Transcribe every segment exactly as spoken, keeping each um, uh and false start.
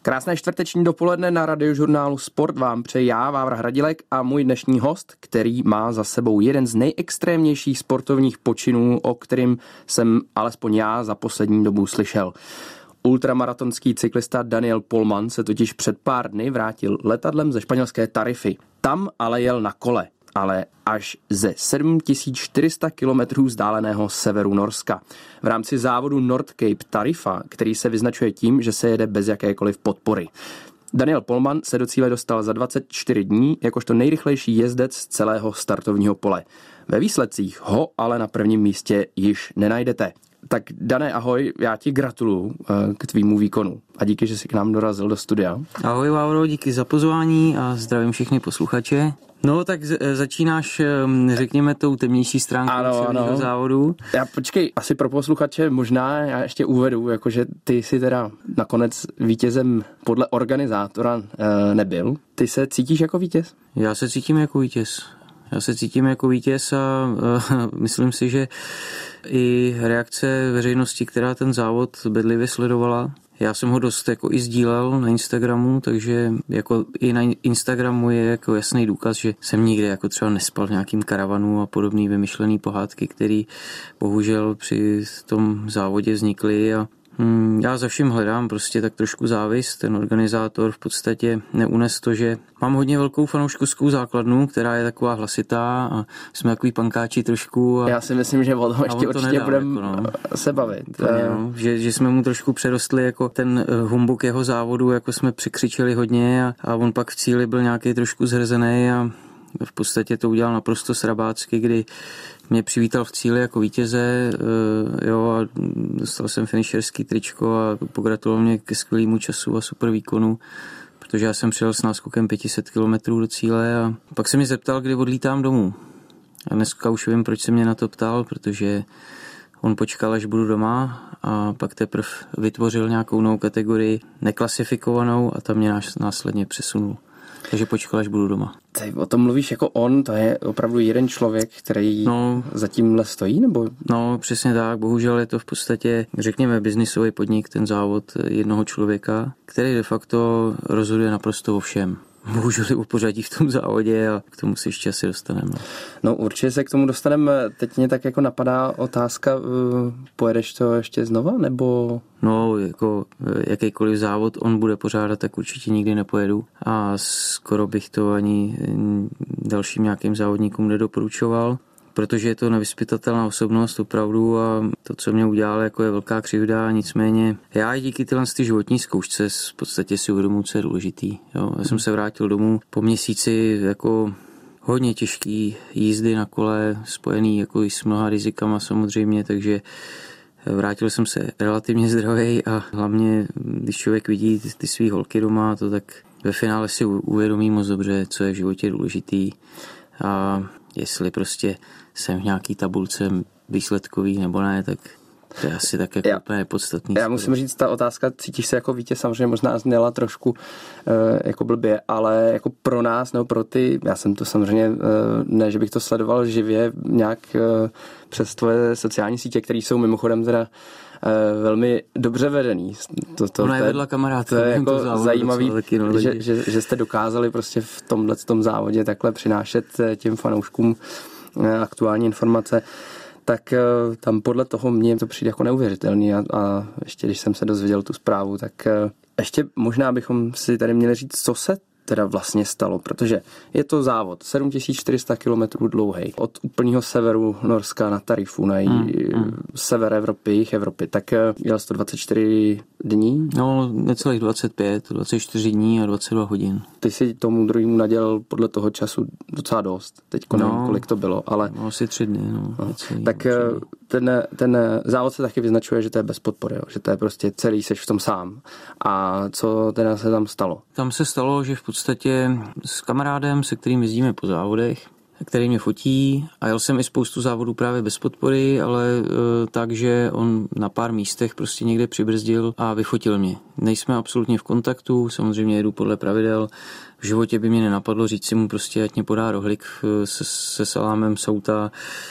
Krásné čtvrteční dopoledne na Radiožurnálu Sport vám přeji já, Vávra Hradilek, a můj dnešní host, který má za sebou jeden z nejextrémnějších sportovních počinů, o kterým jsem alespoň já za poslední dobu slyšel. Ultramaratonský cyklista Daniel Polman se totiž před pár dny vrátil letadlem ze španělské Tarify. Tam ale jel na kole, ale až ze sedm tisíc čtyři sta kilometrů vzdáleného severu Norska. V rámci závodu Nord Cape Tarifa, který se vyznačuje tím, že se jede bez jakékoliv podpory. Daniel Polman se do cíle dostal za dvacet čtyři dní jakožto nejrychlejší jezdec z celého startovního pole. Ve výsledcích ho ale na prvním místě již nenajdete. Tak Dané, ahoj, já ti gratuluju k tvýmu výkonu a díky, že jsi k nám dorazil do studia. Ahoj Vávro, díky za pozvání a zdravím všechny posluchače. No tak začínáš, řekněme, tou temnější stránkou celého závodu. Já počkej, asi pro posluchače možná já ještě uvedu, jakože ty jsi teda nakonec vítězem podle organizátora nebyl. Ty se cítíš jako vítěz? Já se cítím jako vítěz. Já se cítím jako vítěz a uh, myslím si, že i reakce veřejnosti, která ten závod bedlivě sledovala. Já jsem ho dost jako i sdílel na Instagramu, takže jako i na Instagramu je jako jasný důkaz, že jsem nikdy jako třeba nespal v nějakým karavanu a podobný vymyšlený pohádky, které bohužel při tom závodě vznikly a Hmm, já za vším hledám prostě tak trošku závist. Ten organizátor v podstatě neunes to, že mám hodně velkou fanouškovskou základnu, která je taková hlasitá a jsme takový pankáči trošku. A, já si myslím, že o tom ještě to určitě budeme jako, no. se bavit. Plně, no, že, že jsme mu trošku přerostli jako ten humbuk jeho závodu, jako jsme překřičeli hodně a, a on pak v cíli byl nějaký trošku zhrzený a v podstatě to udělal naprosto srabácky, kdy mě přivítal v cíli jako vítěze, jo, a dostal jsem finisherský tričko a pogratuloval mě ke skvělému času a super výkonu, protože já jsem přijel s náskokem pět set kilometrů do cíle a pak se mi zeptal, kdy odlítám domů. A dneska už vím, proč se mě na to ptal, protože on počkal, až budu doma a pak teprve vytvořil nějakou novou kategorii neklasifikovanou a tam mě následně přesunul. Takže počkal, až budu doma. Ty o tom mluvíš jako on, to je opravdu jeden člověk, který no, za tímhle stojí, nebo? No, přesně tak. Bohužel je to v podstatě, řekněme, biznisový podnik, ten závod jednoho člověka, který de facto rozhoduje naprosto o všem. Bohužel je o pořadí v tom závodě a k tomu se ještě asi dostaneme. No určitě se k tomu dostaneme. Teď mě tak jako napadá otázka, pojedeš to ještě znova, nebo? No, jako jakýkoliv závod on bude pořádat, tak určitě nikdy nepojedu a skoro bych to ani dalším nějakým závodníkům nedoporučoval, protože je to nevyzpytatelná osobnost opravdu a to, co mě udělal, jako je velká křivda, nicméně já i díky tyhle ty životní zkoušce v podstatě si uvědomuji, co je důležitý. Jo. Já jsem se vrátil domů po měsíci jako hodně těžký jízdy na kole, spojený jako i s mnoha rizikama samozřejmě, takže vrátil jsem se relativně zdravý a hlavně, když člověk vidí ty, ty svý holky doma, to tak ve finále si uvědomí moc dobře, co je v životě důležitý a jestli prostě jsem v nějaký tabulce výsledkový nebo ne, tak to je asi tak jako já, úplně podstatný. Já musím říct, ta otázka, cítíš se jako vítěz, samozřejmě možná zněla trošku e, jako blbě, ale jako pro nás, nebo pro ty, já jsem to samozřejmě, e, ne, že bych to sledoval živě nějak e, přes tvoje sociální sítě, které jsou mimochodem teda e, velmi dobře vedený. To, to, Ona je vedla kamarádka. To je jako to zajímavý, taky, no, že, že, že jste dokázali prostě v tomhle tom závodě takhle přinášet těm fanouškům e, aktuální informace. Tak tam podle toho mně to přijde jako neuvěřitelný a, a ještě když jsem se dozvěděl tu zprávu, tak ještě možná bychom si tady měli říct, co se teda vlastně stalo, protože je to závod sedm tisíc čtyři sta kilometrů dlouhý od úplného severu Norska na Tarifu, na mm, mm. sever Evropy, jich Evropy, tak jel sto dvacet čtyři dní? No, necelých dvacet pět, dvacet čtyři dní a dvacet dva hodin. Ty si tomu druhému nadělal podle toho času docela dost, teďko nevím, no, kolik to bylo, ale... No, asi tři dny, no. no. Tak ten, ten závod se taky vyznačuje, že to je bez podpory, jo, že to je prostě celý, seš v tom sám. A co teda se tam stalo? Tam se stalo, že v podstatě s kamarádem, se kterým jezdíme po závodech, který mě fotí a jel jsem i spoustu závodů právě bez podpory, ale e, tak, že on na pár místech prostě někde přibrzdil a vyfotil mě. Nejsme absolutně v kontaktu, samozřejmě jedu podle pravidel. V životě by mě nenapadlo říct si mu prostě, ať mě podá rohlík se, se salámem z auta.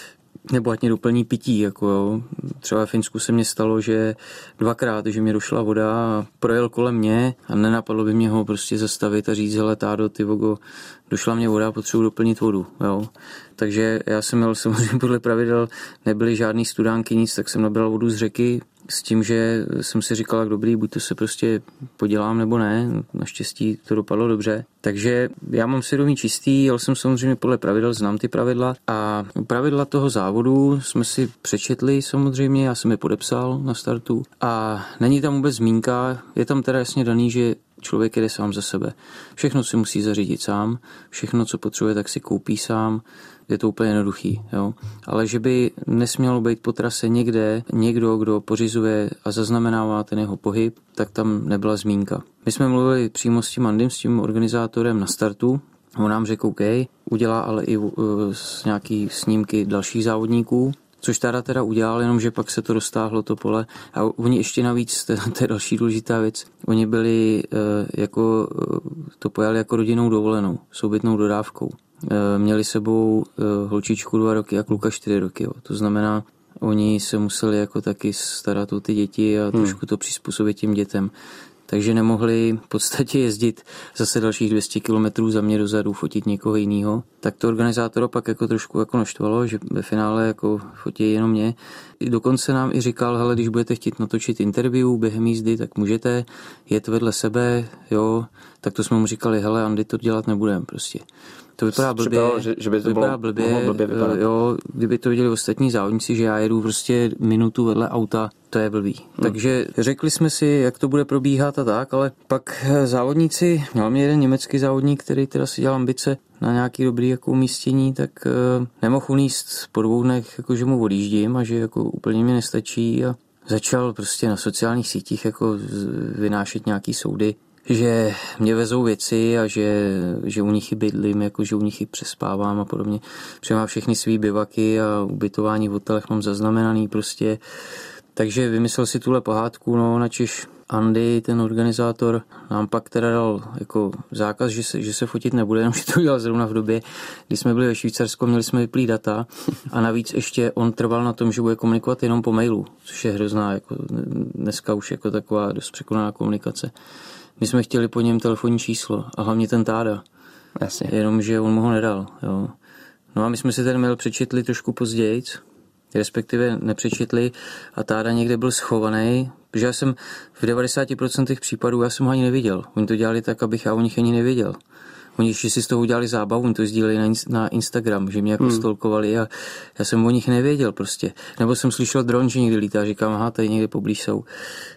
nebo ať mě doplní pití. Jako jo. Třeba v Finsku se mně stalo, že dvakrát, že mě došla voda a projel kolem mě a nenapadlo by mě ho prostě zastavit a říct, hele tádo, ty vogo, došla mě voda, potřebuji doplnit vodu. Jo. Takže já jsem měl samozřejmě podle pravidel, nebyly žádný studánky, nic, tak jsem nabral vodu z řeky, s tím, že jsem si říkal, jak dobrý, buď to se prostě podělám nebo ne, naštěstí to dopadlo dobře. Takže já mám svědomí čistý, ale jsem samozřejmě podle pravidel, znám ty pravidla a pravidla toho závodu jsme si přečetli samozřejmě, já jsem je podepsal na startu a není tam vůbec zmínka, je tam teda jasně daný, že člověk jede sám za sebe. Všechno si musí zařídit sám, všechno, co potřebuje, tak si koupí sám. Je to úplně jednoduchý, jo. Ale že by nesmělo být po trase někde někdo, kdo pořizuje a zaznamenává ten jeho pohyb, tak tam nebyla zmínka. My jsme mluvili přímo s tím Andym, s tím organizátorem na startu. On nám řekl OK, udělá ale i uh, nějaký snímky dalších závodníků, což teda teda udělal, jenomže pak se to roztáhlo to pole. A oni ještě navíc, to je další důležitá věc, oni byli uh, jako, uh, to pojali jako rodinnou dovolenou, soubytnou dodávkou. Měli sebou holčičku dva roky a kluka čtyři roky. Jo. To znamená, oni se museli jako taky starat o ty děti a trošku to přizpůsobit těm dětem. Takže nemohli v podstatě jezdit zase dalších dvě stě kilometrů za mě dozadu, fotit někoho jiného. Tak to organizátora pak jako trošku jako naštvalo, že ve finále jako fotí jenom mě. I dokonce nám i říkal, hele, když budete chtít natočit interview během jízdy, tak můžete jet vedle sebe, jo. Tak to jsme mu říkali, hele, Andy, to dělat nebudeme prostě. To vypadá blbě, že, že by to, to vypadá bylo, blbě, blbě jo, kdyby to viděli ostatní závodníci, že já jedu prostě minutu vedle auta, to je blbý. Hmm. Takže řekli jsme si, jak to bude probíhat a tak, ale pak závodníci, měl mě jeden německý závodník, který teda si dělal ambice na nějaký dobrý jako umístění, tak uh, nemohl uníst po dvou dnech, jako, že mu odjíždím a že jako úplně mi nestačí a začal prostě na sociálních sítích jako vynášet nějaký soudy, že mě vezou věci a že, že u nich i bydlím, jako že u nich i přespávám a podobně. Protože mám všechny svý bivaky a ubytování v hotelech mám zaznamenaný prostě. Takže vymyslel si tuhle pohádku, no načež Andy, ten organizátor, nám pak teda dal jako zákaz, že se, že se fotit nebude, jenom že to udělal zrovna v době, kdy jsme byli ve Švýcarsku, měli jsme vyplý data a navíc ještě on trval na tom, že bude komunikovat jenom po mailu, což je hrozná, jako dneska už jako taková dost překonaná komunikace. My jsme chtěli po něm telefonní číslo a hlavně ten táda. Jasně. Jenomže on mu ho nedal. Jo. No a my jsme si ten mail přečetli trošku později, respektive nepřečetli a táda někde byl schovaný, protože já jsem v devadesát procent případů já jsem ho ani neviděl. Oni to dělali tak, abych já o nich ani nevěděl. Oni ještě si z toho udělali zábavu, oni to sdíleli na, na Instagram, že mě jako hmm. stolkovali a já jsem o nich nevěděl prostě. Nebo jsem slyšel dron, že někde lítá, říkám, aha, tady někde poblíž jsou.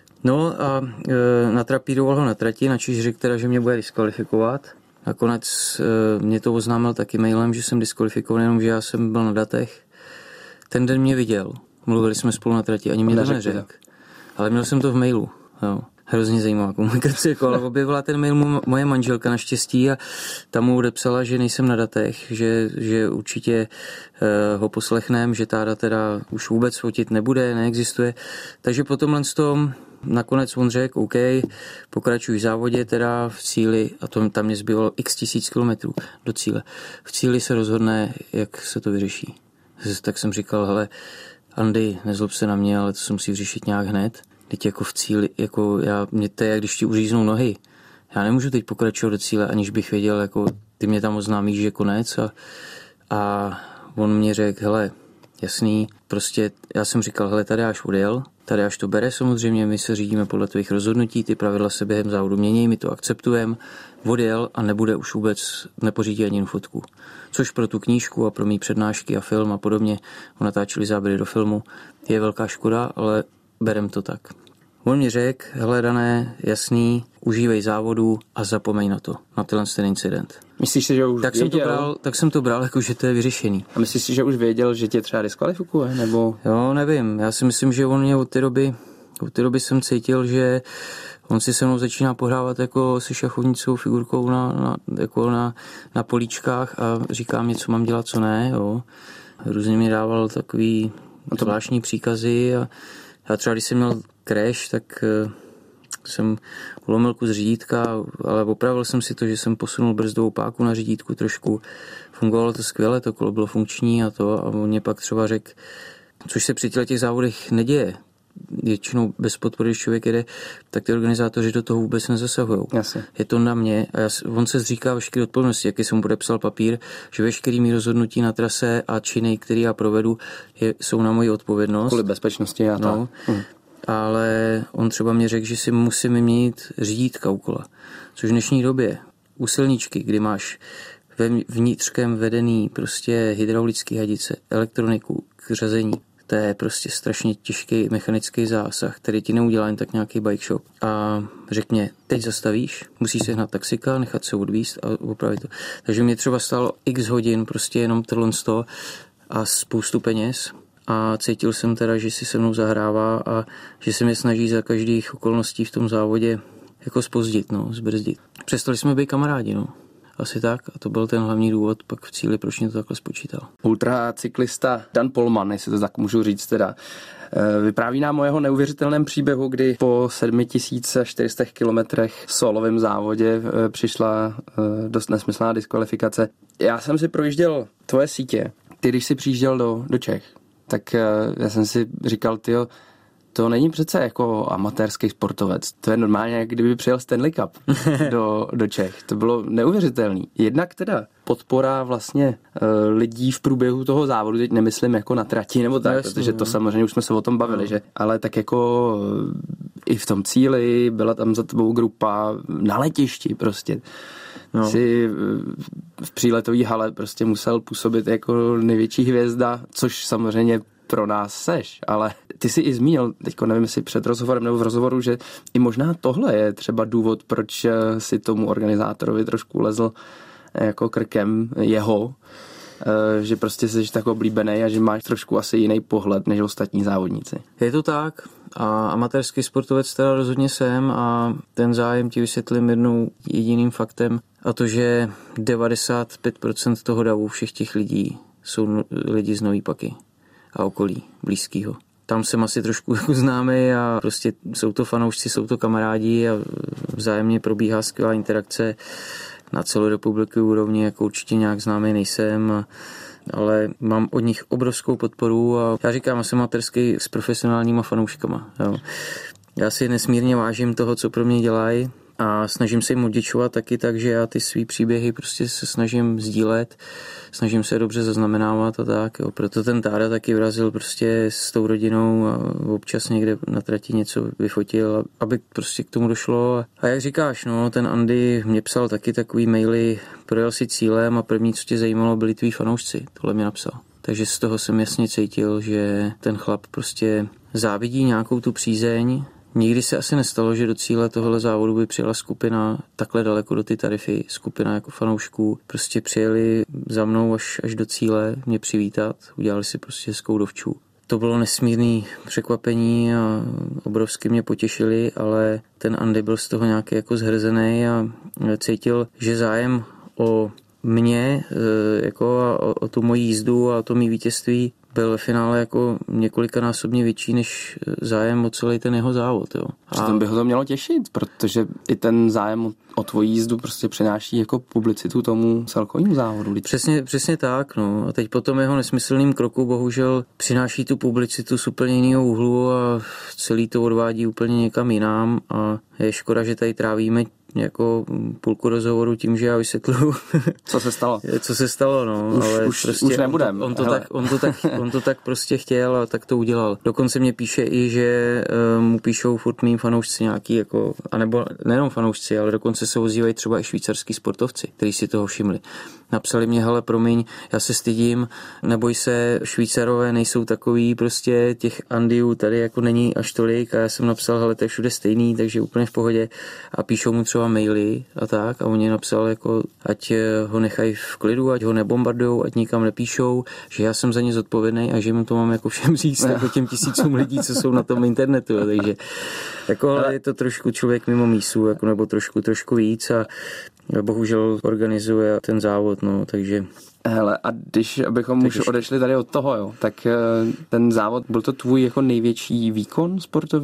No a e, natrapíroval ho na trati, načež řekl teda, že mě bude diskvalifikovat. Nakonec e, mě to oznámil taky mailem, že jsem diskvalifikovaný, jenom že já jsem byl na datech. Ten den mě viděl, mluvili jsme spolu na trati, ani mě to neřekl. Ale měl jsem to v mailu, jo. Hrozně zajímavá komunikace, jako, ale objevila ten mail moje manželka naštěstí a tam mu odepsala, že nejsem na datech, že, že určitě uh, ho poslechnem, že táda teda už vůbec fotit nebude, neexistuje. Takže po tomhle tom nakonec on řekl, OK, pokračuj v závodě teda v cíli a to, tam mě zbylo x tisíc kilometrů do cíle. V cíli se rozhodne, jak se to vyřeší. Tak jsem říkal, hele, Andy, nezlob se na mě, ale to se musí vyřešit nějak hned. Teď jako v cíli, jako já, mě to je, když ti uříznou nohy. Já nemůžu teď pokračovat do cíle, aniž bych věděl, jako ty mě tam oznámíš, že konec a, a on mě řekl, hele, jasný, prostě já jsem říkal, hele, tady až odjel, tady až to bere samozřejmě, my se řídíme podle tvých rozhodnutí, ty pravidla se během závodu mění, my to akceptujeme, odjel a nebude už vůbec, nepořídí ani fotku. Což pro tu knížku a pro mý přednášky a film a podobně, natáčeli záběry do filmu, je velká škoda, ale berem to tak. On mi řekl, hele Dané, jasný, užívej závodu a zapomeň na to, na tenhle ten incident. Myslíš si, že už tak věděl? Jsem to bral, tak jsem to bral, jako že to je vyřešený. A myslíš si, že už věděl, že tě třeba diskvalifikuje, nebo? Jo, nevím, já si myslím, že on mě od té doby, od té doby jsem cítil, že on si se mnou začíná pohrávat jako se šachovnicou figurkou na, na, jako na, na políčkách a říká mě, co mám dělat, co ne, jo. Různě mi dával takový no to... zvláštní příkazy a já třeba, když jsem měl crash, tak jsem ulomil kus řídítka, ale opravil jsem si to, že jsem posunul brzdovou páku na řídítku trošku. Fungovalo to skvěle, to kolo bylo funkční a to. A on mě pak třeba řekl, což se při těch závodech neděje. Většinou bez podpory, když člověk jede, tak ty organizátoři do toho vůbec nezasahují. Je to na mě a já, on se zříká veškeré odpovědnosti, jaký jsem podepsal papír, že veškerý mý rozhodnutí na trase a činy, které já provedu, je, jsou na moji odpovědnost. Kvůli bezpečnosti a no, tak. Hm. Ale on třeba mě řekl, že si musím mít řídítka u kola. Což v dnešní době u silničky, kdy máš vnitřkem vedený prostě hydraulický hadice, elektroniku k řazení, to je prostě strašně těžký mechanický zásah, který ti neudělá jen tak nějaký bike shop. A řekl mě, teď zastavíš, musíš sehnat taxika, nechat se odvízt a opravit to. Takže mě třeba stálo x hodin prostě jenom tohle sto a spoustu peněz. A cítil jsem teda, že si se mnou zahrává a že se mě snaží za každých okolností v tom závodě jako zpozdit, no, zbrzdit. Přestali jsme být kamarádi, no. Asi tak a to byl ten hlavní důvod pak v cíli, proč mě to takhle spočítal. Ultracyklista Dan Polman, jestli to tak můžu říct teda, vypráví nám o jeho neuvěřitelném příběhu, kdy po sedm tisíc čtyři sta kilometrech solovém závodě přišla dost nesmyslná diskvalifikace. Já jsem si projížděl tvoje sítě. Ty, když jsi přijížděl do, do Čech, tak já jsem si říkal, tyjo, to není přece jako amatérský sportovec. To je normálně, jak kdyby přijel Stanley Cup do, do Čech. To bylo neuvěřitelný. Jednak teda podpora vlastně e, lidí v průběhu toho závodu, teď nemyslím jako na trati nebo tak, no, protože to samozřejmě už jsme se o tom bavili, no. že? Ale tak jako e, i v tom cíli byla tam za tebou grupa na letišti prostě. No. Si v příletové hale prostě musel působit jako největší hvězda, což samozřejmě pro nás seš, ale ty jsi i zmínil, teďko nevím, jestli před rozhovorem nebo v rozhovoru, že i možná tohle je třeba důvod, proč si tomu organizátorovi trošku lezl jako krkem jeho, že prostě jsi tak oblíbený a že máš trošku asi jiný pohled než ostatní závodníci. Je to tak a amatérský sportovec teda rozhodně jsem a ten zájem ti vysvětlím jednou jediným faktem a to, že devadesát pět procent toho davu všech těch lidí jsou lidi z Nový Paky a okolí blízkýho. Tam jsem asi trošku známý a prostě jsou to fanoušci, jsou to kamarádi a vzájemně probíhá skvělá interakce na celorepublikový úrovni, jako určitě nějak známý nejsem, ale mám od nich obrovskou podporu a já říkám, já jsem amatérský s profesionálníma fanouškama. Jo. Já si nesmírně vážím toho, co pro mě dělají a snažím se jim odděčovat taky tak, že já ty svý příběhy prostě se snažím sdílet, snažím se dobře zaznamenávat a tak, jo. Proto ten Táda taky vrazil prostě s tou rodinou a občas někde na trati něco vyfotil, aby prostě k tomu došlo. A jak říkáš, no, ten Andy mě psal taky takový maily, projel si cílem a první, co tě zajímalo, byli tví fanoušci, tohle mě napsal. Takže z toho jsem jasně cítil, že ten chlap prostě závidí nějakou tu přízeň. Nikdy se asi nestalo, že do cíle tohohle závodu by přijela skupina takhle daleko do ty tarify, skupina jako fanoušků. Prostě přijeli za mnou až, až do cíle mě přivítat, udělali si prostě hezkou dovču. To bylo nesmírné překvapení a obrovsky mě potěšili, ale ten Andy byl z toho nějaký jako zhrzený a cítil, že zájem o mě jako a o, o tu moji jízdu a o to mý vítězství byl ve finále jako několikanásobně větší než zájem o celý ten jeho závod. Jo. A přitom by ho to mělo těšit, protože i ten zájem o tvoji jízdu prostě přináší jako publicitu tomu celkovému závodu. Přesně, přesně tak. No. A teď po tom jeho nesmyslným kroku bohužel přináší tu publicitu z úplně jiného úhlu a celý to odvádí úplně někam jinam a je škoda, že tady trávíme jako půlku rozhovoru tím, že já vysvětluju, co se stalo. Co se stalo, no, už, ale už, prostě už nebudem. On to, on, to tak, on, to tak, on to tak prostě chtěl a tak to udělal. Dokonce mě píše i, že uh, mu píšou furt mým fanoušci nějaký, jako, anebo nejenom fanoušci, ale dokonce se ozývají třeba i švýcarský sportovci, kteří si toho všimli. Napsali mě, hele, promiň, já se stydím, neboj se, Švýcarové nejsou takový, prostě těch Andyů tady jako není až tolik a já jsem napsal, hele, to je všude stejný, takže úplně v pohodě a píšou mu třeba maily a tak a on je napsal jako, ať ho nechají v klidu, ať ho nebombardujou, ať nikam nepíšou, že já jsem za ně zodpovědný a že mu to mám jako všem říct, jako těm tisícům lidí, co jsou na tom internetu, takže jako je to trošku člověk mimo mísu, jako, nebo trošku, trošku víc a bohužel organizuje ten závod, no, takže... Hele, a když, abychom už odešli tady od toho, jo, tak ten závod, byl to tvůj jako největší výkon sportovní?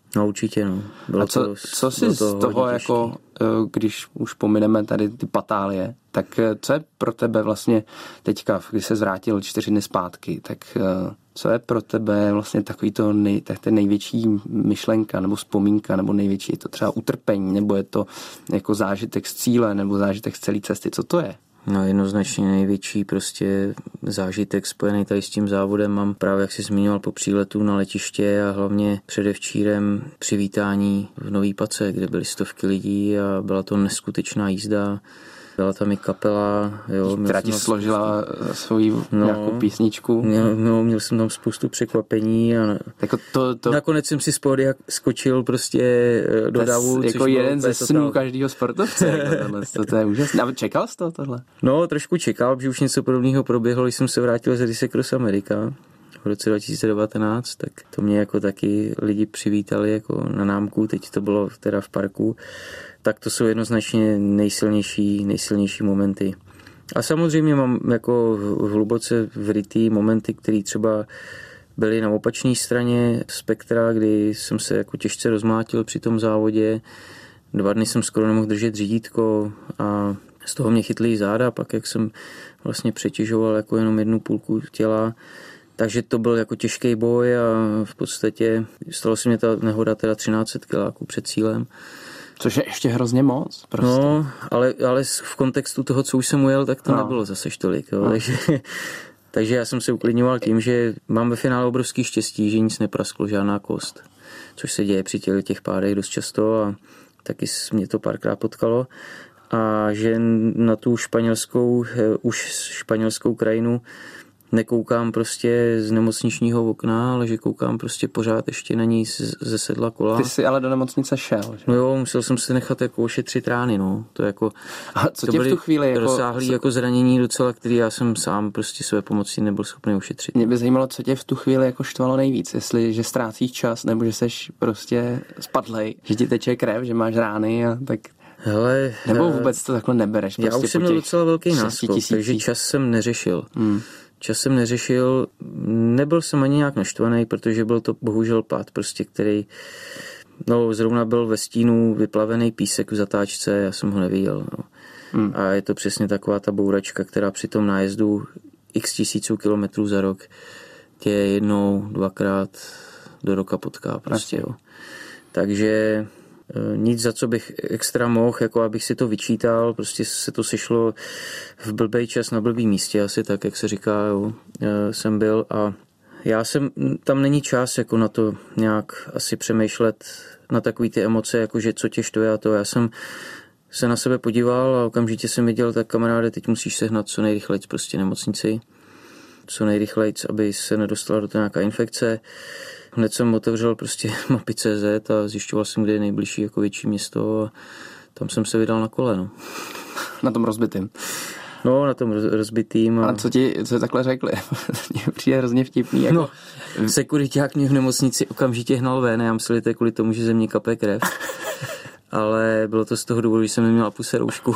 No určitě, no. Bylo a co, to, co si to z toho, jako, když už pomineme tady ty patálie, tak co je pro tebe vlastně teďka, když se zvrátil čtyři dny zpátky, tak co je pro tebe vlastně takový to nej, tak ten největší myšlenka nebo vzpomínka, nebo největší je to třeba utrpení, nebo je to jako zážitek z cíle, nebo zážitek z celé cesty, co to je? No jednoznačně největší prostě zážitek spojený tady s tím závodem mám právě, jak jsi zmiňoval, po příletu na letiště a hlavně předevčírem přivítání v Nový Pace, kde byly stovky lidí a byla to neskutečná jízda. Byla tam i kapela, jo, která ti složila svoji no, nějakou písničku. Měl, no, měl jsem tam spoustu překvapení a jako to, to... nakonec jsem si z pódia skočil prostě do davu. Jako jeden ze snů každého sportovce. Jako to, to je úžasné. A čekal jsi to tohle? No, trošku čekal, že už něco podobného proběhlo, když jsem se vrátil z Rally Cross America v roce dva tisíce devatenáct, tak to mě jako taky lidi přivítali jako na námku, teď to bylo teda v parku. Tak to jsou jednoznačně nejsilnější, nejsilnější momenty. A samozřejmě mám jako hluboce vrytý momenty, které třeba byly na opačné straně spektra, kdy jsem se jako těžce rozmlátil při tom závodě. Dva dny jsem skoro nemohl držet řídítko a z toho mě chytly záda, pak jak jsem vlastně přetěžoval jako jenom jednu půlku těla. Takže to byl jako těžký boj a v podstatě stalo se mě ta nehoda teda třináct set kiláků před cílem. Což je ještě hrozně moc. Prostě. No, ale, ale v kontextu toho, co už jsem ujel, tak to no. nebylo zase tolik. Jo. No. Takže, takže já jsem se uklidňoval tím, že mám ve finále obrovský štěstí, že nic neprasklo, žádná kost. Což se děje při těch, těch pádech dost často a taky mě to párkrát potkalo. A že na tu španělskou, už španělskou krajinu nekoukám prostě z nemocničního okna, ale že koukám prostě pořád ještě na ní ze sedla kola. Ty jsi ale do nemocnice šel, že? No jo, musel jsem si nechat jako ošetřit rány, no. To jako... A co tě v tu chvíli jako... rozsáhlý co... jako zranění docela, který já jsem sám prostě své pomocí nebyl schopný ošetřit. Mě by zajímalo, co tě v tu chvíli jako štvalo nejvíc, jestli, že ztrácíš čas, nebo že seš prostě spadlej, že ti teče krev, že máš rány a tak... Hele, nebo vůbec to takhle nebereš? Já prostě už jsem měl docela velký náskok, takže čas jsem neřešil. Hmm. Čas jsem neřešil, nebyl jsem ani nějak naštvaný, protože byl to bohužel pád, prostě, který no, zrovna byl ve stínu vyplavený písek v zatáčce, já jsem ho neviděl. No. Hmm. A je to přesně taková ta bouračka, která při tom nájezdu x tisíců kilometrů za rok tě jednou, dvakrát do roka potká. Prostě, jo. Takže nic, za co bych extra mohl, jako abych si to vyčítal, prostě se to sešlo v blbej čas na blbý místě, asi tak, jak se říká, jo, jsem byl a já jsem, tam není čas jako na to nějak asi přemýšlet na takový ty emoce, jakože co tě štve a to, já jsem se na sebe podíval a okamžitě jsem viděl, tak kamaráde, teď musíš sehnat co nejrychlejc prostě nemocnici, co nejrychlejc, aby se nedostala do toho nějaká infekce. Hned jsem otevřel prostě mapy tečka cé zet a zjišťoval jsem, kde je nejbližší jako větší město a tam jsem se vydal na kole. No. Na tom rozbitým. No, na tom rozbitým. A, a co ti co takhle řekli? Mně přijde hrozně vtipný. Jako... No, sekuriťák mě v nemocnici okamžitě hnal ven a já myslel, že to je kvůli tomu, že ze mě kape krev. Ale bylo to z toho důvodu, že jsem neměl na puse roušku.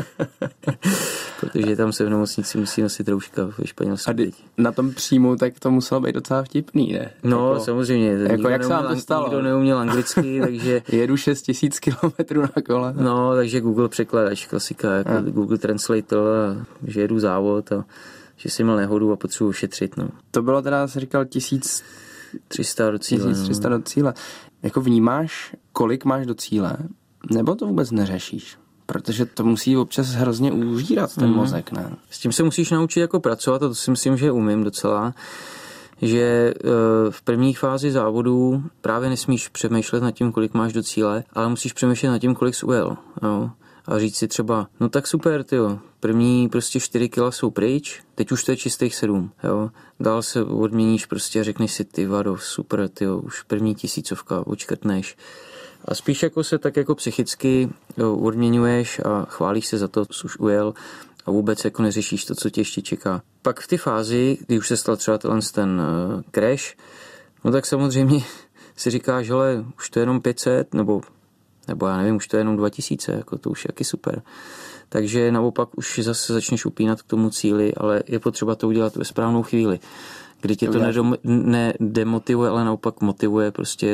Protože tam se v nemocnici musí nosit rouška ve Španělsku. A na tom příjmu, tak to muselo být docela vtipný, ne? No, jako, samozřejmě. Jako jak se vám to stalo? Nikdo neuměl anglicky, takže... Jedu šest tisíc kilometrů na kole. No, takže Google překladač, klasika, jako a. Google Translator, a že jedu závod a že jsem měl nehodu a potřebuji šetřit, no. To bylo teda, jsi říkal, tisíc tři sta do cíle. tisíc tři sta no. do cíle. Jako vnímáš, kolik máš do cíle, nebo to vůbec neřešíš? Protože to musí občas hrozně užírat ten mm. mozek, ne? S tím se musíš naučit jako pracovat a to si myslím, že umím docela. Že v první fázi závodu právě nesmíš přemýšlet nad tím, kolik máš do cíle, ale musíš přemýšlet nad tím, kolik jsi ujel. Jo? A říct si třeba, no tak super, tyjo, první prostě čtyři kila jsou pryč, teď už to je čistých sedm, jo. Dál se odměníš prostě a řekneš si, ty vado, super, tyjo, už první tisícovka, odškrtneš. A spíš jako se tak jako psychicky jo, odměňuješ a chválíš se za to, co už ujel a vůbec jako neřešíš to, co tě ještě čeká. Pak v té fázi, kdy už se stal třeba ten uh, crash, no tak samozřejmě si říkáš, hele, už to je jenom pět set, nebo, nebo já nevím, už to je jenom dva tisíce, jako to už je taky super. Takže naopak už zase začneš upínat k tomu cíli, ale je potřeba to udělat ve správnou chvíli, kdy tě to nedemotivuje, ale naopak motivuje prostě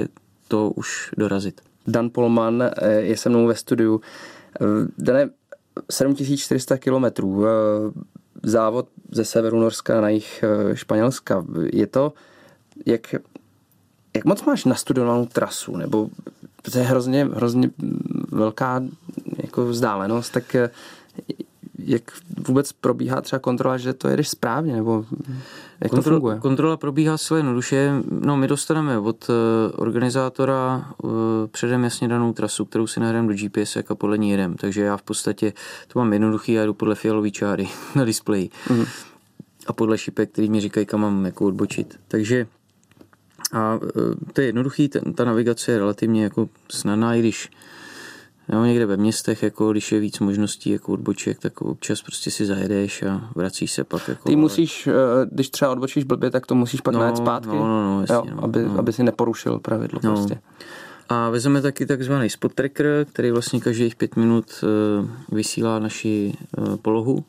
to už dorazit. Dan Polman je se mnou ve studiu. Dane, sedm tisíc čtyři sta kilometrů, závod ze severu Norska na jih Španělska. Je to, jak, jak moc máš nastudovanou trasu, nebo to je hrozně, hrozně velká jako vzdálenost, tak jak vůbec probíhá třeba kontrola, že to jedeš správně, nebo jak Kontrol, to funguje? Kontrola probíhá zcela jednoduše. No, my dostaneme od uh, organizátora uh, předem jasně danou trasu, kterou si nahrajeme do G P S a podle ní jedem. Takže já v podstatě to mám jednoduchý, já jdu podle fialové čáry na displeji. Mm. A podle šipek, který mi říkají, kam mám jako odbočit. Takže a uh, to je jednoduchý, ten, ta navigace je relativně jako snadná, i když no, někde ve městech, jako když je víc možností jako odboček, tak občas prostě si zajedeš a vracíš se pak. Jako, Ty musíš, když třeba odbočíš blbě, tak to musíš pak no, najet zpátky, no, no, no, jasně, jo, no, aby, no. aby si neporušil pravidlo. No. Prostě. A vezeme taky takzvaný spot tracker, který vlastně každých pět minut vysílá naši polohu.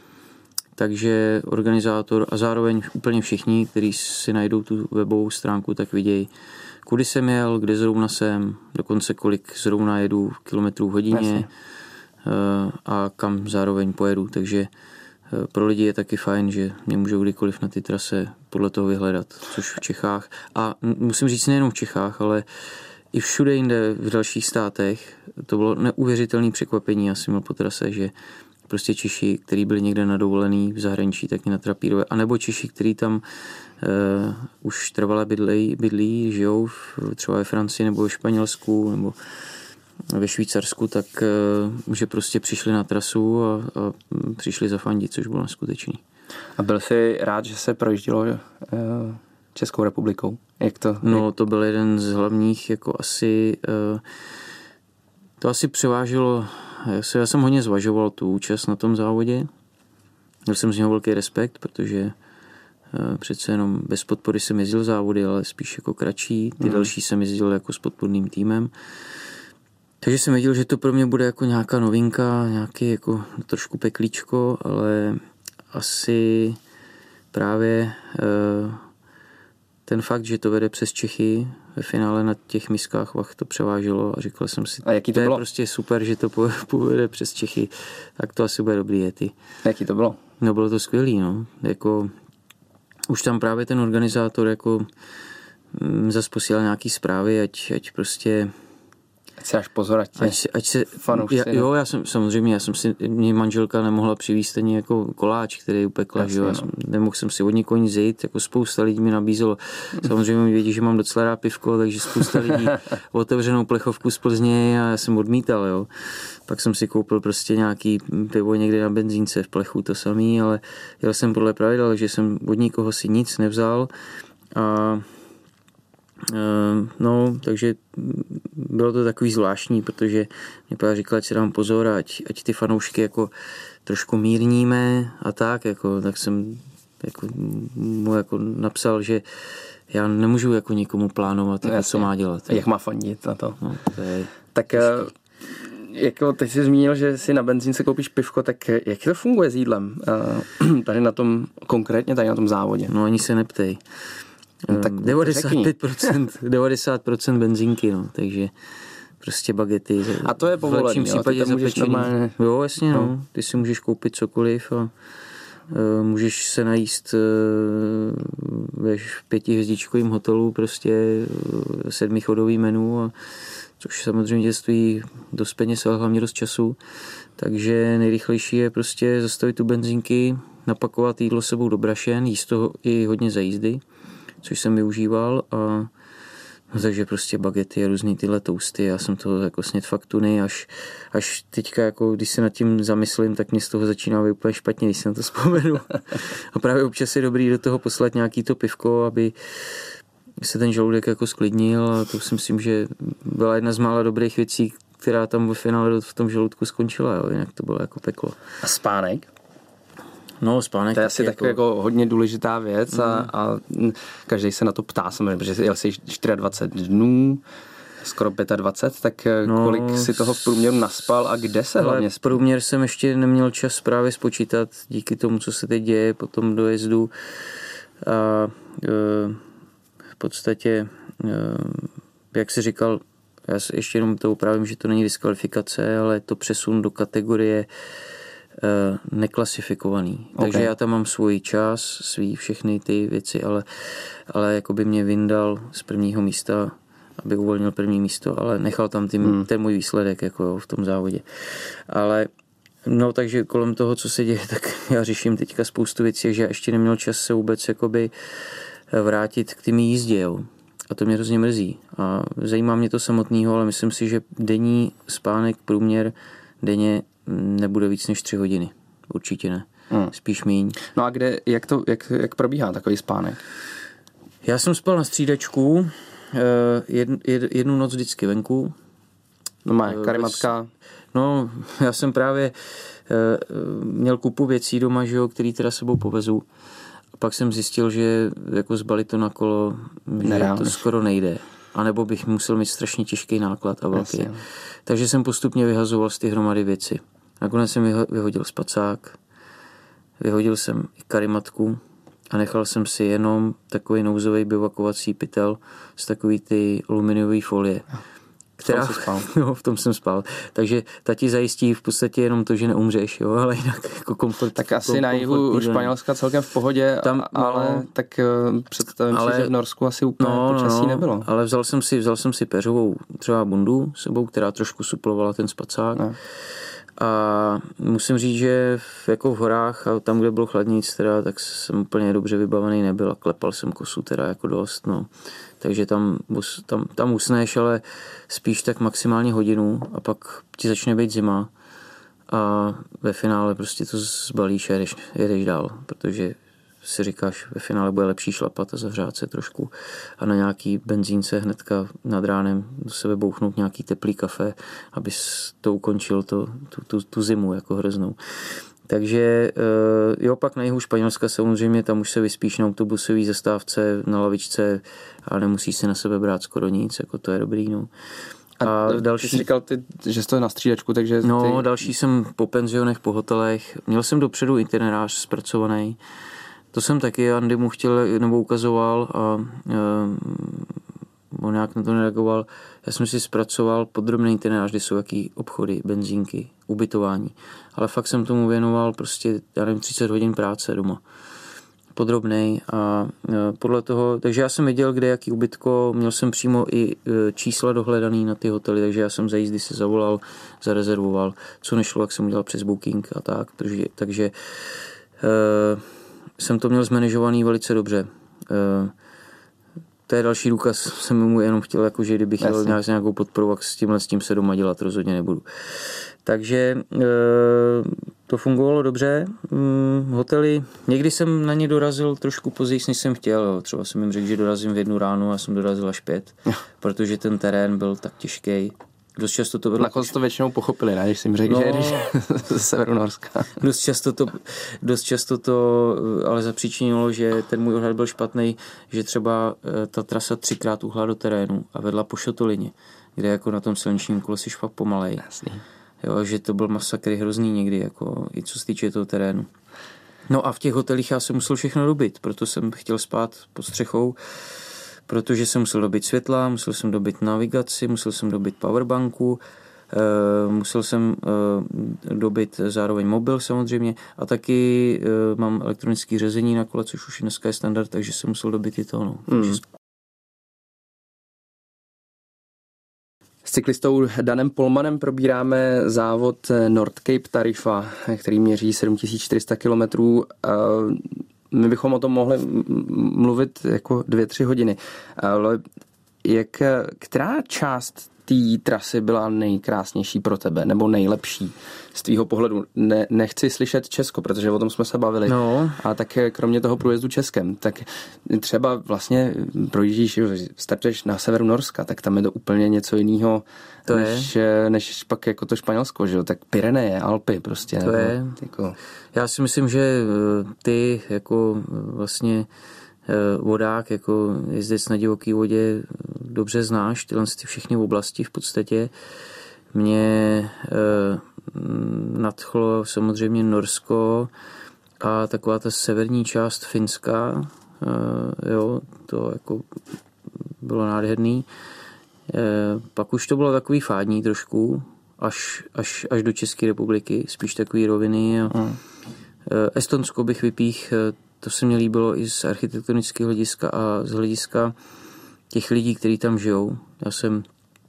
Takže organizátor a zároveň úplně všichni, kteří si najdou tu webovou stránku, tak vidějí, kudy jsem jel, kde zrovna jsem, dokonce kolik zrovna jedu kilometrů v hodině. Jasně. A kam zároveň pojedu. Takže pro lidi je taky fajn, že mě můžou kdykoliv na ty trase podle toho vyhledat, což v Čechách. A musím říct nejenom v Čechách, ale i všude jinde v dalších státech. To bylo neuvěřitelné překvapení. Já jsem měl po trase, že prostě Češi, kteří byli někde na dovolený v zahraničí, tak mě natrapíruje. A nebo Češi, kteří tam uh, už trvale bydlí, bydlí, žijou v, třeba ve Francii nebo ve Španělsku nebo ve Švýcarsku, tak uh, že prostě přišli na trasu a, a přišli zafandit, což bylo neskutečný. A byl jsi rád, že se projíždělo uh, Českou republikou? Jak to? No, to byl jeden z hlavních, jako asi uh, to asi převážilo. Já jsem hodně zvažoval tu účast na tom závodě. Měl jsem z něho velký respekt, protože přece jenom bez podpory jsem jezdil závody, ale spíš jako kratší. Ty mm. další jsem jezdil jako s podporným týmem. Takže jsem věděl, že to pro mě bude jako nějaká novinka, nějaký jako trošku peklíčko, ale asi právě ten fakt, že to vede přes Čechy ve finále na těch miskách vach to převáželo a říkal jsem si, a jaký to, to bylo? Je prostě super, že to povede přes Čechy, tak to asi bude dobrý jety. Jaký to bylo? No bylo to skvělý, no. Jako, už tam právě ten organizátor jako m, zas posílal nějaký zprávy, ať, ať prostě Ať se až pozor, ať, ať se, ať se fanoušci. Já, jo, já jsem samozřejmě, já jsem si, mě manželka nemohla přivízt ani jako koláč, který upekla, jasně, že jo, já jsem, nemohl jsem si od nikoho nic zjít, jako spousta lidí mi nabízelo. Samozřejmě vědí, že mám docela rád pivko, takže spousta lidí otevřenou plechovku z Plzně a já jsem odmítal, jo. Pak jsem si koupil prostě nějaký pivo někde na benzínce v plechu, to samý, ale jel jsem podle pravidel, že jsem od nikoho si nic nevzal a no, takže bylo to takový zvláštní, protože mě právě říkala, ať si dám pozor, ať, ať ty fanoušky jako trošku mírníme a tak, jako, tak jsem jako, mu jako napsal, že já nemůžu jako nikomu plánovat, jako, co má dělat. Jak má fandit na to. No, to je tak jako teď jsi zmínil, že si na benzínce koupíš pivko, tak jak to funguje s jídlem? Tady na tom, konkrétně tady na tom závodě. No ani se neptej. No, tak devadesát pět procent, devadesát procent benzínky, no, takže prostě bagety. A to je povolený, v lepším případě zapečený. Jo, jasně, no. no. Ty si můžeš koupit cokoliv a uh, můžeš se najíst uh, ve pětihvězdičkovým hotelu, prostě uh, sedmichodový menu, a, což samozřejmě stojí dost peněz, ale hlavně dost času. Takže nejrychlejší je prostě zastavit tu benzínky, napakovat jídlo sebou do brašen, jíst toho i hodně za jízdy, což jsem využíval, a no, takže prostě bagety a různý tyhle toasty, já jsem to jako sněd fakt tuny, až, až teďka, jako, když se nad tím zamyslím, tak mě z toho začíná být úplně špatně, když se na to vzpomenu. A právě občas je dobrý do toho poslat nějaký to pivko, aby se ten žaludek jako sklidnil, a to si myslím, že byla jedna z mála dobrých věcí, která tam ve finále v tom žaludku skončila, jo, jinak to bylo jako peklo. A spánek? No, spánek. To je asi taková jako... jako hodně důležitá věc, a, mm. a každý se na to ptá, samozřejmě, protože jel jsi dvacet čtyři dnů, skoro dvacet pět, tak no, kolik si toho v průměru naspal a kde se hlavně spal? Průměr jsem ještě neměl čas právě spočítat díky tomu, co se teď děje po tom dojezdu, a e, v podstatě e, jak jsi říkal, já ještě jenom to upravím, že to není diskvalifikace, ale to přesun do kategorie uh, neklasifikovaný. Okay. Takže já tam mám svůj čas, svý všechny ty věci, ale, ale jako by mě vyndal z prvního místa, aby uvolnil první místo, ale nechal tam ty, hmm. ten můj výsledek jako v tom závodě. Ale no, takže kolem toho, co se děje, tak já řeším teďka spoustu věcí, že já ještě neměl čas se vůbec jakoby vrátit k tým jízdě, jo. A to mě hrozně mrzí. A zajímá mě to samotného, ale myslím si, že denní spánek, průměr denně nebude víc než tři hodiny. Určitě ne. Hmm. Spíš míň. No a kde, jak, to, jak, jak probíhá takový spánek? Já jsem spal na střídačku, jed, jed, jednu noc vždycky venku. No má karimatka. No, já jsem právě měl kupu věcí doma, že jo, který teda sebou povezu. A pak jsem zjistil, že jako zbalit to na kolo, že to skoro nejde. A nebo bych musel mít strašně těžký náklad a velký. Jasně. Takže jsem postupně vyhazoval z ty hromady věci. Nakonec jsem vyhodil spacák, vyhodil jsem i karimatku a nechal jsem si jenom takový nouzový bivakovací pytel z takový ty aluminiové folie. Která, jo, v tom jsem spal. Takže ta ti zajistí v podstatě jenom to, že neumřeš, jo, ale jinak jako komfort. Tak asi na jihu Španělska celkem v pohodě, tam, ale no, tak uh, představím ale, si, že v Norsku asi úplně no, počasí no, nebylo. Ale vzal jsem si, vzal jsem si peřovou třeba bundu sebou, která trošku suplovala ten spacák. No. A musím říct, že jako v horách a tam, kde bylo chladnic, teda, tak jsem úplně dobře vybavený nebyl a klepal jsem kosu teda jako dost, no. Takže tam, tam, tam usneš, ale spíš tak maximálně hodinu a pak ti začne být zima a ve finále prostě to zbalíš a jedeš, jedeš dál, protože si říkáš, ve finále bude lepší šlapat a zahřát se trošku a na nějaký benzínce hnedka nad ránem do sebe bouchnout nějaký teplý kafe, abys to ukončil to, tu, tu, tu zimu jako hroznou. Takže jo, pak na jihu Španělska samozřejmě, tam už se vyspíš na autobusové zastávce, na lavičce a nemusíš si na sebe brát skoro nic, jako to je dobrý, no. A, a další... Ty jsi říkal, ty, že jsi to na střídačku, takže... Ty... No, další jsem po penzionech, po hotelech. Měl jsem dopředu itinerář zpracovaný. To jsem taky Andy mu chtěl nebo ukazoval a, a on nějak na to nereagoval. Já jsem si zpracoval podrobný itinerář, kde jsou jaký obchody, benzínky, ubytování. Ale fakt jsem tomu věnoval prostě, já nevím, třicet hodin práce doma. Podrobnej a podle toho, takže já jsem věděl, kde jaký ubytko, měl jsem přímo i čísla dohledaný na ty hotely, takže já jsem za jízdy se zavolal, zarezervoval, co nešlo, jak jsem udělal přes booking a tak, takže, takže uh, jsem to měl zmanéžovaný velice dobře. Uh, to je další důkaz, jsem mu jenom chtěl, jako, že kdybych chtěl nějak, nějakou podporu, tak s tímhle s tím se doma dělat rozhodně nebudu. Takže uh, to fungovalo dobře. Hmm, hotely, někdy jsem na ně dorazil trošku později, než jsem chtěl. Třeba jsem jim řekl, že dorazím v jednu ráno a jsem dorazil až pět, protože ten terén byl tak těžký. Dost často to bylo... Nakonec to většinou pochopili, ne? Když jsem řekl, no, že jdeš ze severu Norska. Dost často, to, dost často to ale zapříčinilo, že ten můj odhad byl špatný, že třeba ta trasa třikrát uhla do terénu a vedla po šotolině, kde jako na tom silničním kole si fakt pomalej. Jasný. Jo, že to byl masakr hrozný někdy, jako, i co se týče toho terénu. No a v těch hotelích já jsem musel všechno dobit, proto jsem chtěl spát pod střechou, protože jsem musel dobit světla, musel jsem dobit navigaci, musel jsem dobit powerbanku, uh, musel jsem uh, dobit zároveň mobil samozřejmě a taky uh, mám elektronické řezení na kole, což už dneska je standard, takže jsem musel dobit i to. No. Hmm. S cyklistou Danem Polmanem probíráme závod North Cape Tarifa, který měří sedm tisíc čtyři sta kilometrů. My bychom o tom mohli mluvit jako dvě, tři hodiny. Ale jak, která část té trasy byla nejkrásnější pro tebe, nebo nejlepší z tvýho pohledu? Ne, nechci slyšet Česko, protože o tom jsme se bavili. No. A tak kromě toho průjezdu Českem, tak třeba vlastně projíždíš, startuješ na severu Norska, tak tam je to úplně něco jiného, to než, je. než pak jako to Španělsko, že jo? Tak Pyreneje, Alpy prostě. To nebo, je. Jako... Já si myslím, že ty jako vlastně vodák, jako jezdec na divoký vodě, dobře znáš tyhle ty všechny oblasti v podstatě. Mě eh, nadchlo samozřejmě Norsko a taková ta severní část Finska, eh, jo, to jako bylo nádherný. Pak už to bylo takový fádní trošku, až, až, až do České republiky, spíš takový roviny. A mm. Estonsko bych vypích, to se mi líbilo i z architektonického hlediska a z hlediska těch lidí, kteří tam žijou. Já jsem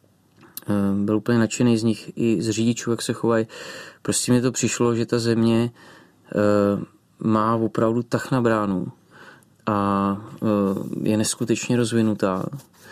byl úplně nadšený z nich, i z řidičů, jak se chovají. Prostě mi to přišlo, že ta země má opravdu tah na bránu a je neskutečně rozvinutá.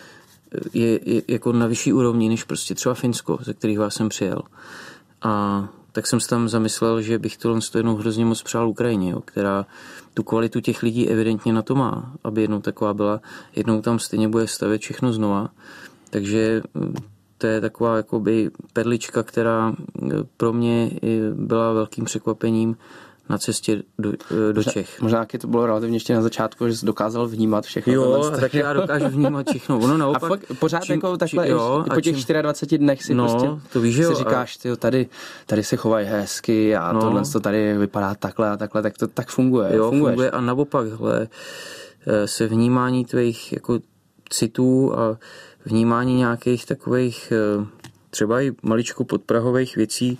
Je, je jako na vyšší úrovni než prostě třeba Finsko, ze kterých vás jsem přijel. A tak jsem si tam zamyslel, že bych to jednou hrozně moc přál Ukrajině, jo, která tu kvalitu těch lidí evidentně na to má, aby jednou taková byla. Jednou tam stejně bude stavět všechno znova. Takže to je taková jakoby perlička, která pro mě byla velkým překvapením na cestě do, do Čech. Možná, možná to bylo relativně ještě na začátku, že jsi dokázal vnímat všechno. Jo, tak já dokážu vnímat všechno. Ono naopak, a fakt pořád čím, jako takhle, čím, jo, i po těch čím, dvaceti čtyřech dnech si no, prostě to víš, jo, si říkáš, tyjo, tady, tady se chovají hezky a no, tohle to tady vypadá takhle a takhle, tak to tak funguje. Jo, funguješ. Funguje a naopak, hele, se vnímání tvých jako citů a vnímání nějakých takových třeba i maličko podprahových věcí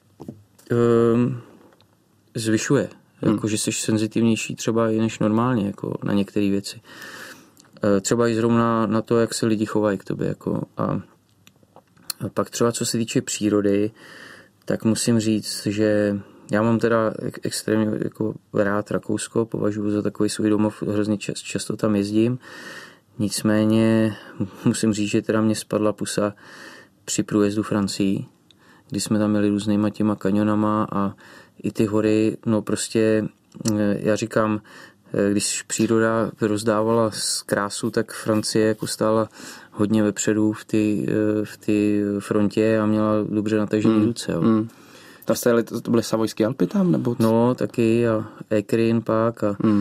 um, zvyšuje. Hmm. Jako, že jsi senzitivnější třeba i než normálně jako na některé věci. Třeba i zrovna na to, jak se lidi chovají k tobě. Jako. A, a pak třeba co se týče přírody, tak musím říct, že já mám teda extrémně jako rád Rakousko, považuji za takový svůj domov, hrozně čas, často tam jezdím. Nicméně musím říct, že teda mě spadla pusa při průjezdu Francii, kdy jsme tam měli různýma těma kanionama a i ty hory, no prostě, já říkám, když příroda rozdávala z krásu, tak Francie jako stála hodně vepředu v ty, v ty frontě a měla dobře natažený mm. ruce. Jo. Mm. To, jste, to byly Savojské Alpy tam? Nebo co? No, taky a Ekrin pak a mm. uh,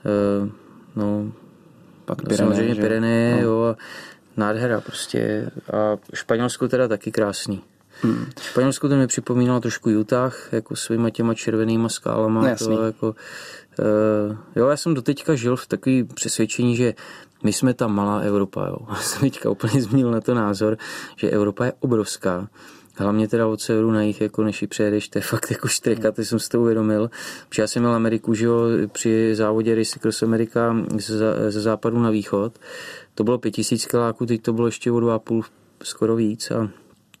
no, pak no, samozřejmě Pyreneje, no. Jo, a nádhera prostě. A Španělsko teda taky krásný. Hmm. Španělsko to mi připomínalo trošku Utah, jako svýma těma červenýma skálama. To, jako, uh, jo, já jsem doteďka žil v takový přesvědčení, že my jsme ta malá Evropa. Jo. Já jsem teďka úplně změnil na to názor, že Evropa je obrovská. Hlavně teda od severu na jih, jako než ji přejedeš, to je fakt jako štreka, to jsem si to uvědomil. Protože já jsem měl Ameriku, že jo, při závodě Race Cross America ze, ze západu na východ. To bylo pět tisíc kiláků, teď to bylo ještě o dva a půl, skoro víc a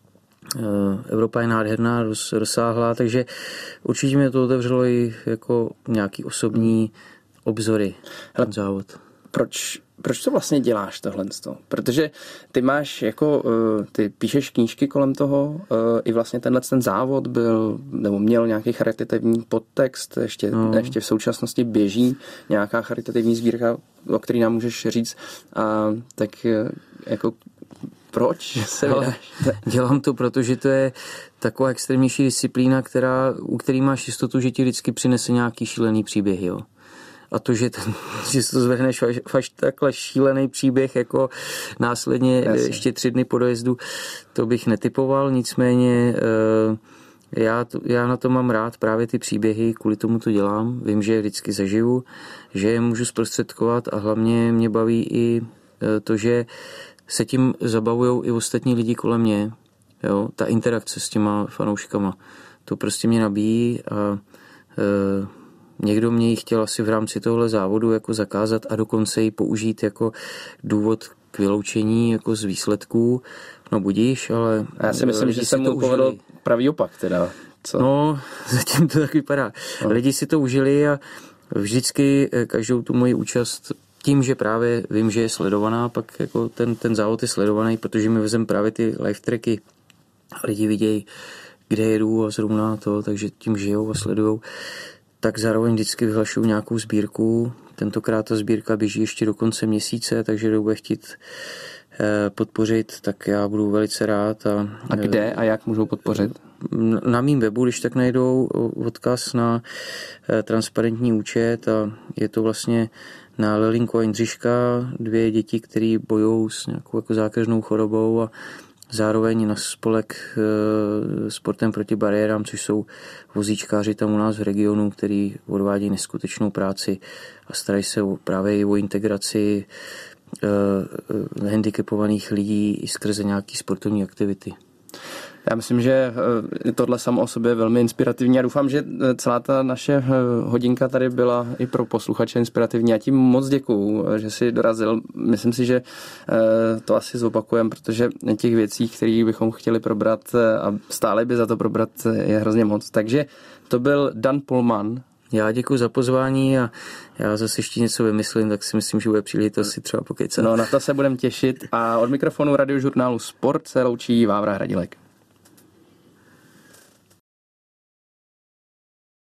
Evropa je nádherná, roz, rozsáhlá, takže určitě mě to otevřelo i jako nějaký osobní obzory, ten závod. Proč, proč to vlastně děláš tohle? Protože ty máš jako, ty píšeš knížky kolem toho, i vlastně tenhle ten závod byl, nebo měl nějaký charitativní podtext, ještě, no. ještě v současnosti běží nějaká charitativní sbírka, o který nám můžeš říct, a tak jako proč se vydáš? Dělám to, protože to je taková extrémnější disciplína, která, u který máš jistotu, že ti vždycky přinese nějaký šílený příběh. Jo. A to, že, ten, že to zvrhneš až, až takhle šílený příběh, jako následně Jasně. ještě tři dny po dojezdu, to bych netypoval, nicméně já, to, já na to mám rád právě ty příběhy, kvůli tomu to dělám, vím, že je vždycky zažiju, že je můžu zprostředkovat a hlavně mě baví i to, že se tím zabavujou i ostatní lidi kolem mě. Jo? Ta interakce s těma fanouškama. To prostě mě nabíjí a e, někdo mě ji chtěl asi v rámci tohle závodu jako zakázat a dokonce ji použít jako důvod k vyloučení jako z výsledků. No budíš, ale... A já si myslím, že se mu povedl pravý opak teda. Co? No, zatím to tak vypadá. No. Lidi si to užili a vždycky každou tu moji účast tím, že právě vím, že je sledovaná, pak jako ten, ten závod je sledovaný, protože mi vezem právě ty live tracky a lidi vidějí, kde jedu a zrovna to, takže tím žijou a sledujou. Tak zároveň vždycky vyhlašuju nějakou sbírku. Tentokrát ta sbírka běží ještě do konce měsíce, takže kdo bude chtít podpořit, tak já budu velice rád. A, a kde a jak můžou podpořit? Na mým webu, když tak najdou odkaz na transparentní účet a je to vlastně na Lelinku a Jindřiška, dvě děti, které bojují s nějakou jako zákeřnou chorobou a zároveň na spolek e, Sportem proti bariérám, což jsou vozíčkáři tam u nás v regionu, který odvádí neskutečnou práci a starají se o, právě i o integraci uh, handicapovaných lidí i skrze nějaký sportovní aktivity. Já myslím, že tohle samo o sobě je velmi inspirativní a doufám, že celá ta naše hodinka tady byla i pro posluchače inspirativní. Já tím moc děkuju, že jsi dorazil. Myslím si, že to asi zopakujeme, protože těch věcí, které bychom chtěli probrat a stále by za to probrat, je hrozně moc. Takže to byl Dan Pollmann. Já děkuji za pozvání a já zase ještě něco vymyslím, tak si myslím, že bude příležitost si třeba pokecat. No, na to se budeme těšit a od mikrofonu Radiožurnálu Sport se loučí Vávra Hradilek.